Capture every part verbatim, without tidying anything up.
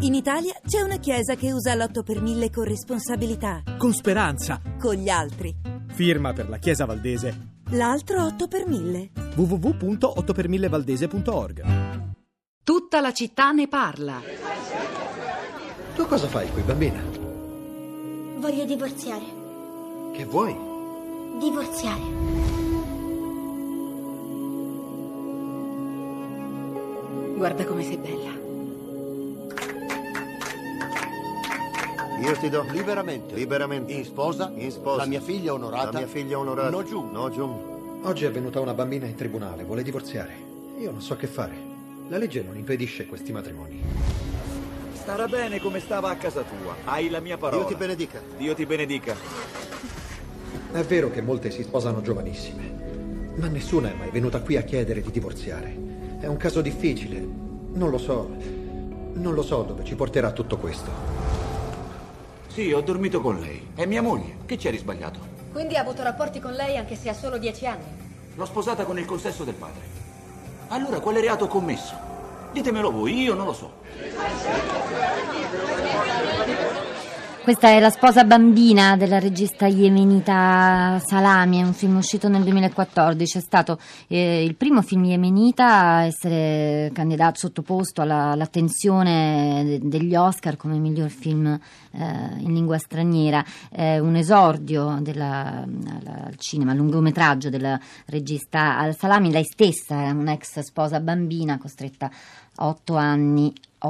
In Italia c'è una chiesa che usa l'otto per mille con responsabilità. Con speranza. Con gli altri. Firma per la Chiesa Valdese. L'altro otto per mille. w w w punto otto per mille valdese punto org. Tutta la città ne parla. Tu cosa fai qui, bambina? Voglio divorziare. Che vuoi? Divorziare. Guarda come sei bella. Io ti do liberamente, liberamente, in sposa, in sposa, la mia figlia onorata, la mia figlia onorata, no giù, no giù. Oggi è venuta una bambina in tribunale, vuole divorziare. Io non so che fare. La legge non impedisce questi matrimoni. Starà bene come stava a casa tua. Hai la mia parola. Dio ti benedica. Dio ti benedica. È vero che molte si sposano giovanissime, ma nessuna è mai venuta qui a chiedere di divorziare. È un caso difficile. Non lo so. Non lo so dove ci porterà tutto questo. Sì, ho dormito con lei. È mia moglie. Che c'eri sbagliato? Quindi ha avuto rapporti con lei anche se ha solo dieci anni? L'ho sposata con il consenso del padre. Allora, quale reato ho commesso? Ditemelo voi, io non lo so. Questa è La sposa bambina della regista yemenita Salami, è un film uscito nel duemilaquattordici, è stato eh, il primo film yemenita a essere candidato, sottoposto alla, all'attenzione de, degli Oscar come miglior film eh, in lingua straniera, è un esordio della, alla, al cinema, al lungometraggio della regista Al Salami, lei stessa è un'ex sposa bambina costretta a otto anni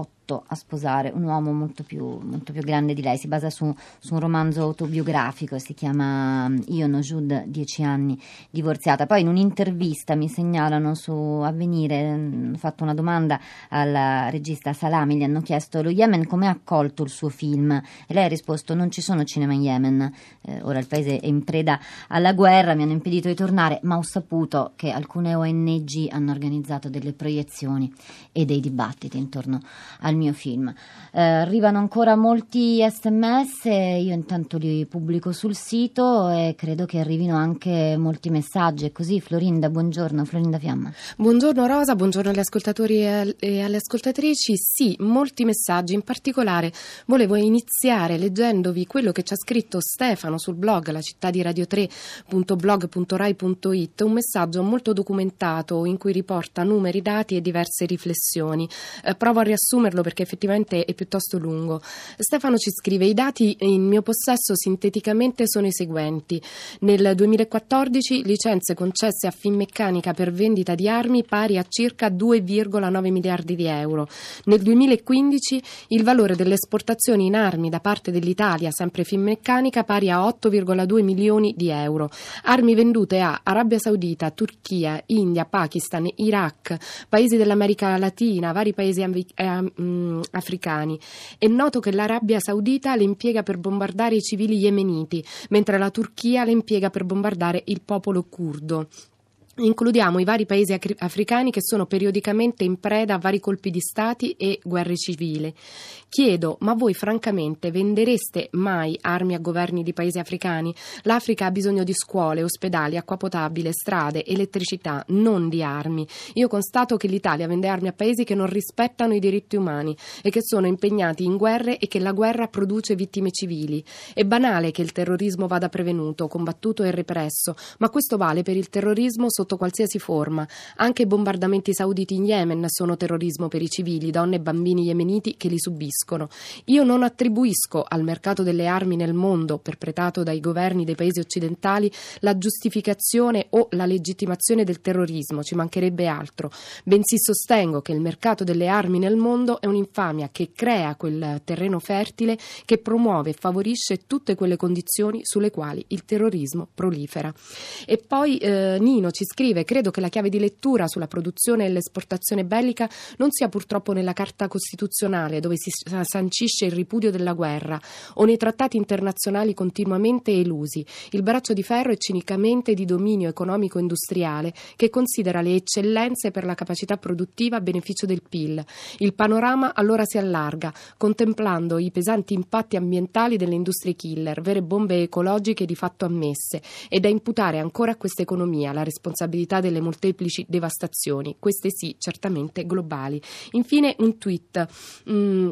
a sposare un uomo molto più, molto più grande di lei. Si basa su, su un romanzo autobiografico, si chiama Io Nojoud, dieci anni divorziata. Poi in un'intervista mi segnalano su Avvenire, hanno fatto una domanda alla regista Salami, gli hanno chiesto: lo Yemen come ha accolto il suo film? E lei ha risposto: non ci sono cinema in Yemen, eh, ora il paese è in preda alla guerra, mi hanno impedito di tornare, ma ho saputo che alcune O N G hanno organizzato delle proiezioni e dei dibattiti intorno al mio film. Eh, arrivano ancora molti sms, io intanto li pubblico sul sito e credo che arrivino anche molti messaggi. È così, Florinda, buongiorno, Florinda Fiamma. Buongiorno Rosa, buongiorno agli ascoltatori e alle ascoltatrici. Sì, molti messaggi, in particolare volevo iniziare leggendovi quello che ci ha scritto Stefano sul blog la città di radio tre punto blog punto rai punto it, un messaggio molto documentato in cui riporta numeri, dati e diverse riflessioni. Eh, provo a riassumerlo perché effettivamente è piuttosto lungo. Stefano ci scrive: i dati in mio possesso sinteticamente sono i seguenti. Nel duemilaquattordici licenze concesse a Finmeccanica per vendita di armi pari a circa due virgola nove miliardi di euro. Nel duemilaquindici il valore delle esportazioni in armi da parte dell'Italia, sempre Finmeccanica, pari a otto virgola due milioni di euro. Armi vendute a Arabia Saudita, Turchia, India, Pakistan, Iraq, paesi dell'America Latina, vari paesi eh, mh, africani. È noto che l'Arabia Saudita le impiega per bombardare i civili yemeniti, mentre la Turchia le impiega per bombardare il popolo curdo. Includiamo i vari paesi africani che sono periodicamente in preda a vari colpi di stati e guerre civili. Chiedo, ma voi francamente vendereste mai armi a governi di paesi africani? L'Africa ha bisogno di scuole, ospedali, acqua potabile, strade, elettricità, non di armi. Io constato che l'Italia vende armi a paesi che non rispettano i diritti umani e che sono impegnati in guerre e che la guerra produce vittime civili. È banale che il terrorismo vada prevenuto, combattuto e represso, ma questo vale per il terrorismo sotto qualsiasi forma. Anche i bombardamenti sauditi in Yemen sono terrorismo per i civili, donne e bambini yemeniti che li subiscono. Io non attribuisco al mercato delle armi nel mondo, perpetrato dai governi dei paesi occidentali, la giustificazione o la legittimazione del terrorismo, ci mancherebbe altro. Bensì sostengo che il mercato delle armi nel mondo è un'infamia che crea quel terreno fertile che promuove e favorisce tutte quelle condizioni sulle quali il terrorismo prolifera. E poi eh, Nino ci scrive: credo che la chiave di lettura sulla produzione e l'esportazione bellica non sia purtroppo nella Carta Costituzionale, dove si sancisce il ripudio della guerra, o nei trattati internazionali continuamente elusi. Il braccio di ferro è cinicamente di dominio economico-industriale che considera le eccellenze per la capacità produttiva a beneficio del P I L. Il panorama allora si allarga, contemplando i pesanti impatti ambientali delle industrie killer, vere bombe ecologiche di fatto ammesse, ed da imputare ancora a questa economia la responsabilità delle molteplici devastazioni, queste sì certamente globali. Infine un tweet. Mm,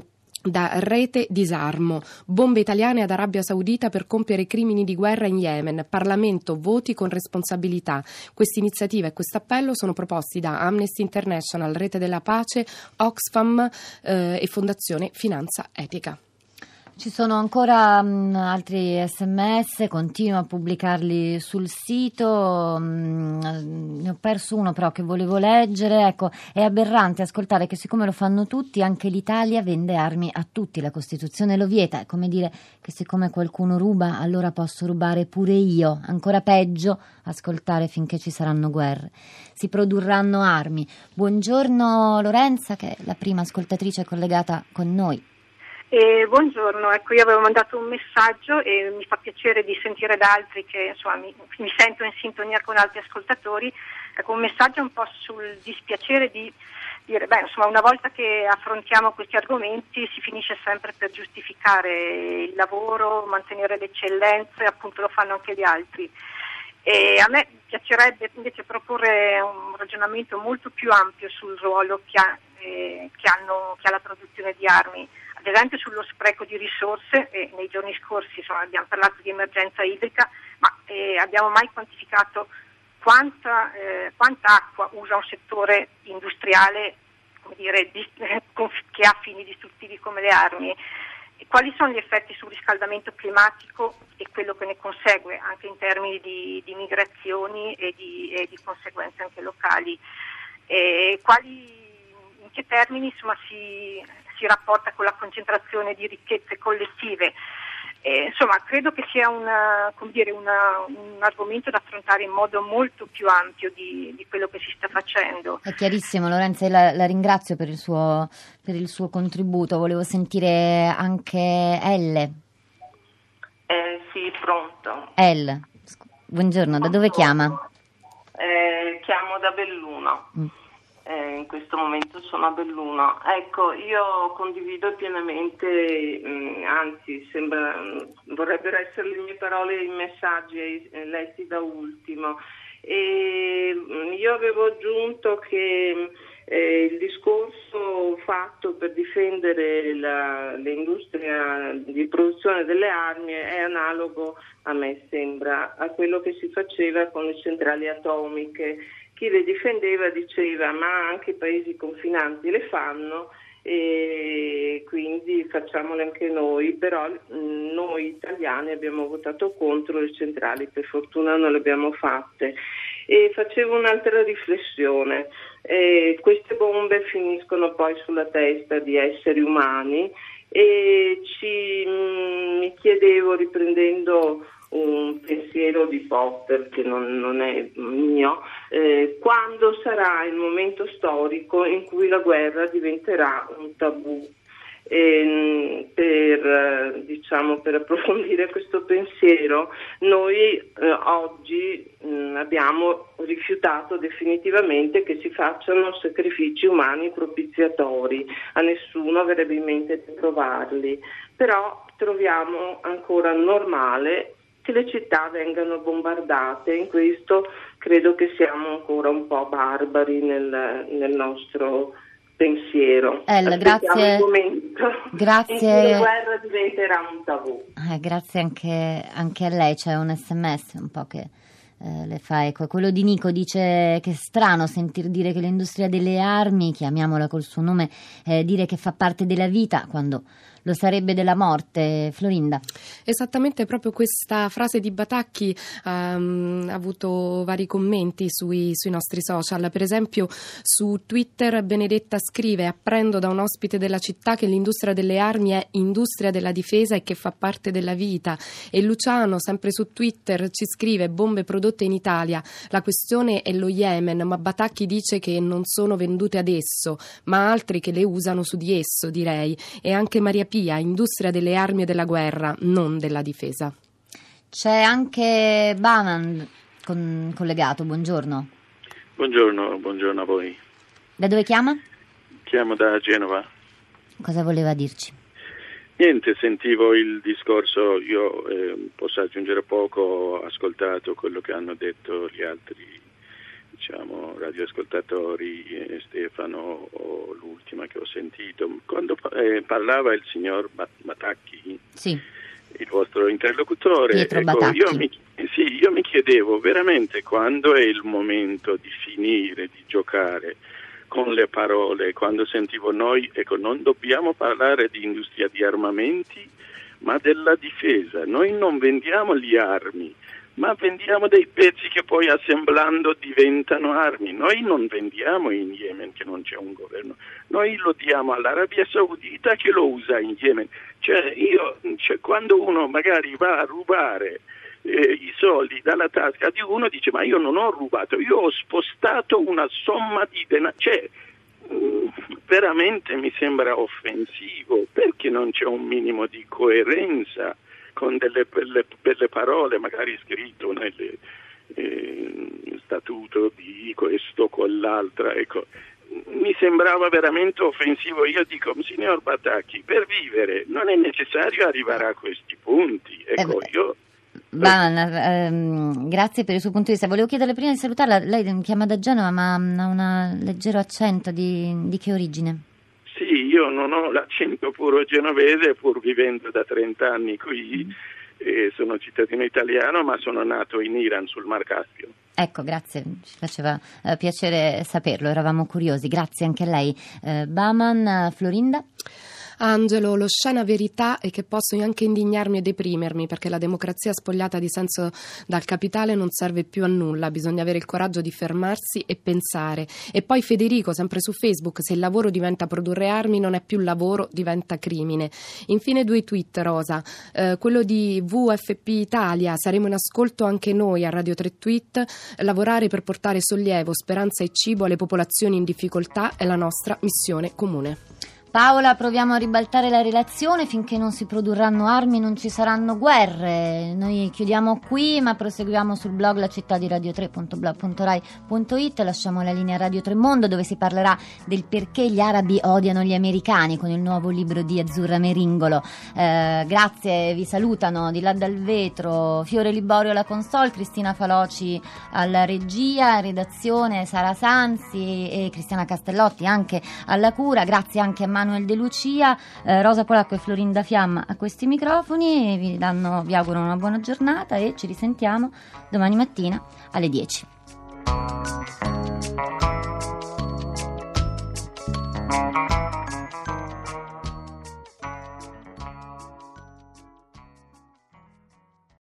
da Rete Disarmo. Bombe italiane ad Arabia Saudita per compiere crimini di guerra in Yemen. Parlamento, voti con responsabilità. Questa iniziativa e questo appello sono proposti da Amnesty International, Rete della Pace, Oxfam eh, e Fondazione Finanza Etica. Ci sono ancora mh, altri sms, continuo a pubblicarli sul sito, mh, ne ho perso uno però che volevo leggere. Ecco, è aberrante ascoltare che siccome lo fanno tutti, anche l'Italia vende armi a tutti, la Costituzione lo vieta, è come dire che siccome qualcuno ruba allora posso rubare pure io, ancora peggio ascoltare finché ci saranno guerre, si produrranno armi. Buongiorno Lorenza, che è la prima ascoltatrice collegata con noi. Eh, buongiorno, ecco, io avevo mandato un messaggio e mi fa piacere di sentire da altri che insomma mi, mi sento in sintonia con altri ascoltatori. Ecco, un messaggio un po' sul dispiacere di dire, beh, insomma, una volta che affrontiamo questi argomenti si finisce sempre per giustificare il lavoro, mantenere le eccellenze, appunto lo fanno anche gli altri. E a me piacerebbe invece proporre un ragionamento molto più ampio sul ruolo che ha, eh, che hanno, che ha la produzione di armi. Ad esempio sullo spreco di risorse, eh, nei giorni scorsi insomma, abbiamo parlato di emergenza idrica, ma eh, abbiamo mai quantificato quanta, eh, quanta acqua usa un settore industriale, come dire, di, eh, che ha fini distruttivi come le armi? E quali sono gli effetti sul riscaldamento climatico e quello che ne consegue, anche in termini di, di migrazioni e di, e di conseguenze anche locali? E quali, in che termini insomma, si... si rapporta con la concentrazione di ricchezze collettive. Eh, insomma, credo che sia una, come dire, una, un argomento da affrontare in modo molto più ampio di, di quello che si sta facendo. È chiarissimo, Lorenza, la, la ringrazio per il suo per il suo contributo. Volevo sentire anche Elle. Eh, sì, pronto. Elle, buongiorno, da dove chiama? Eh, chiamo da Belluno. Mm. Eh, in questo momento sono a Belluno. Ecco, io condivido pienamente, mh, anzi sembra, mh, vorrebbero essere le mie parole i messaggi eh, letti da ultimo. E, mh, io avevo aggiunto che eh, il discorso fatto per difendere la, l'industria di produzione delle armi è analogo, a me sembra, a quello che si faceva con le centrali atomiche. Chi le difendeva diceva ma anche i paesi confinanti le fanno e quindi facciamole anche noi, però noi italiani abbiamo votato contro le centrali, per fortuna non le abbiamo fatte. E facevo un'altra riflessione, eh, queste bombe finiscono poi sulla testa di esseri umani e ci, mh, mi chiedevo, riprendendo un pensiero di Popper che non, non è mio, eh, quando sarà il momento storico in cui la guerra diventerà un tabù. E, per, diciamo, per approfondire questo pensiero, noi eh, oggi mh, abbiamo rifiutato definitivamente che si facciano sacrifici umani propiziatori, a nessuno avrebbe in mente di provarli, però troviamo ancora normale che le città vengano bombardate. In questo credo che siamo ancora un po' barbari nel, nel nostro pensiero. Ella, grazie. Il momento grazie. In cui la guerra diventerà un tabù. Eh, grazie anche, anche a lei. C'è un sms un po' che eh, le fa eco. Quello di Nico dice che è strano sentir dire che l'industria delle armi, chiamiamola col suo nome, eh, dire che fa parte della vita quando lo sarebbe della morte. Florinda. Esattamente, proprio questa frase di Batacchi um, ha avuto vari commenti sui, sui nostri social. Per esempio su Twitter Benedetta scrive: apprendo da un ospite della città che l'industria delle armi è industria della difesa e che fa parte della vita. E Luciano, sempre su Twitter, ci scrive: bombe prodotte in Italia, la questione è lo Yemen, ma Batacchi dice che non sono vendute adesso, ma altri che le usano su di esso, direi. E anche Maria Pia, industria delle armi e della guerra, non della difesa. C'è anche Baman con, collegato, buongiorno. Buongiorno, buongiorno a voi. Da dove chiama? Chiamo da Genova. Cosa voleva dirci? Niente, sentivo il discorso, io eh, posso aggiungere poco, ho ascoltato quello che hanno detto gli altri diciamo, radioascoltatori, eh, Stefano, o l'ultima che ho sentito, quando eh, parlava il signor Batacchi, sì. il vostro interlocutore, Pietro ecco, Batacchi. io mi, sì, io mi chiedevo veramente quando è il momento di finire di giocare con le parole, quando sentivo noi, ecco, non dobbiamo parlare di industria di armamenti, ma della difesa. Noi non vendiamo le armi, ma vendiamo dei pezzi che poi assemblando diventano armi. Noi non vendiamo in Yemen che non c'è un governo, noi lo diamo all'Arabia Saudita che lo usa in Yemen. Cioè, io, cioè, quando uno magari va a rubare eh, i soldi dalla tasca di uno, dice ma io non ho rubato, io ho spostato una somma di denaro. Cioè, mh, veramente mi sembra offensivo, perché non c'è un minimo di coerenza con delle belle, belle parole, magari scritto nel eh, statuto di questo con l'altra, ecco. Mi sembrava veramente offensivo. Io dico, signor Batacchi, per vivere non è necessario arrivare a questi punti. Ecco, eh io... Baman, ehm, grazie per il suo punto di vista. Volevo chiederle prima di salutarla, lei mi chiama da Genova, ma ha un leggero accento di, di che origine? Sì, io non ho l'accento puro genovese, pur vivendo da trenta anni qui, mm. e sono cittadino italiano, ma sono nato in Iran, sul Mar Caspio. Ecco, grazie, ci faceva eh, piacere saperlo, eravamo curiosi. Grazie anche a lei. Eh, Baman, Florinda? Angelo, l'oscena verità è che posso anche indignarmi e deprimermi, perché la democrazia spogliata di senso dal capitale non serve più a nulla, bisogna avere il coraggio di fermarsi e pensare. E poi Federico, sempre su Facebook, se il lavoro diventa produrre armi non è più lavoro, diventa crimine. Infine due tweet, Rosa, eh, quello di V F P Italia, saremo in ascolto anche noi a Radio tre Tweet, lavorare per portare sollievo, speranza e cibo alle popolazioni in difficoltà è la nostra missione comune. Paola, proviamo a ribaltare la relazione: finché non si produrranno armi non ci saranno guerre. Noi chiudiamo qui, ma proseguiamo sul blog la città di radio tre punto blog punto rai punto it. Lasciamo la linea Radio tre Mondo, dove si parlerà del perché gli arabi odiano gli americani, con il nuovo libro di Azzurra Meringolo. Eh, grazie, vi salutano di là dal vetro Fiore Liborio alla console, Cristina Faloci alla regia, redazione Sara Sanzi e Cristiana Castellotti anche alla cura. Grazie anche a Manuel De Lucia, eh, Rosa Polacco e Florinda Fiamma a questi microfoni. Vi danno, vi auguro una buona giornata e ci risentiamo domani mattina alle dieci.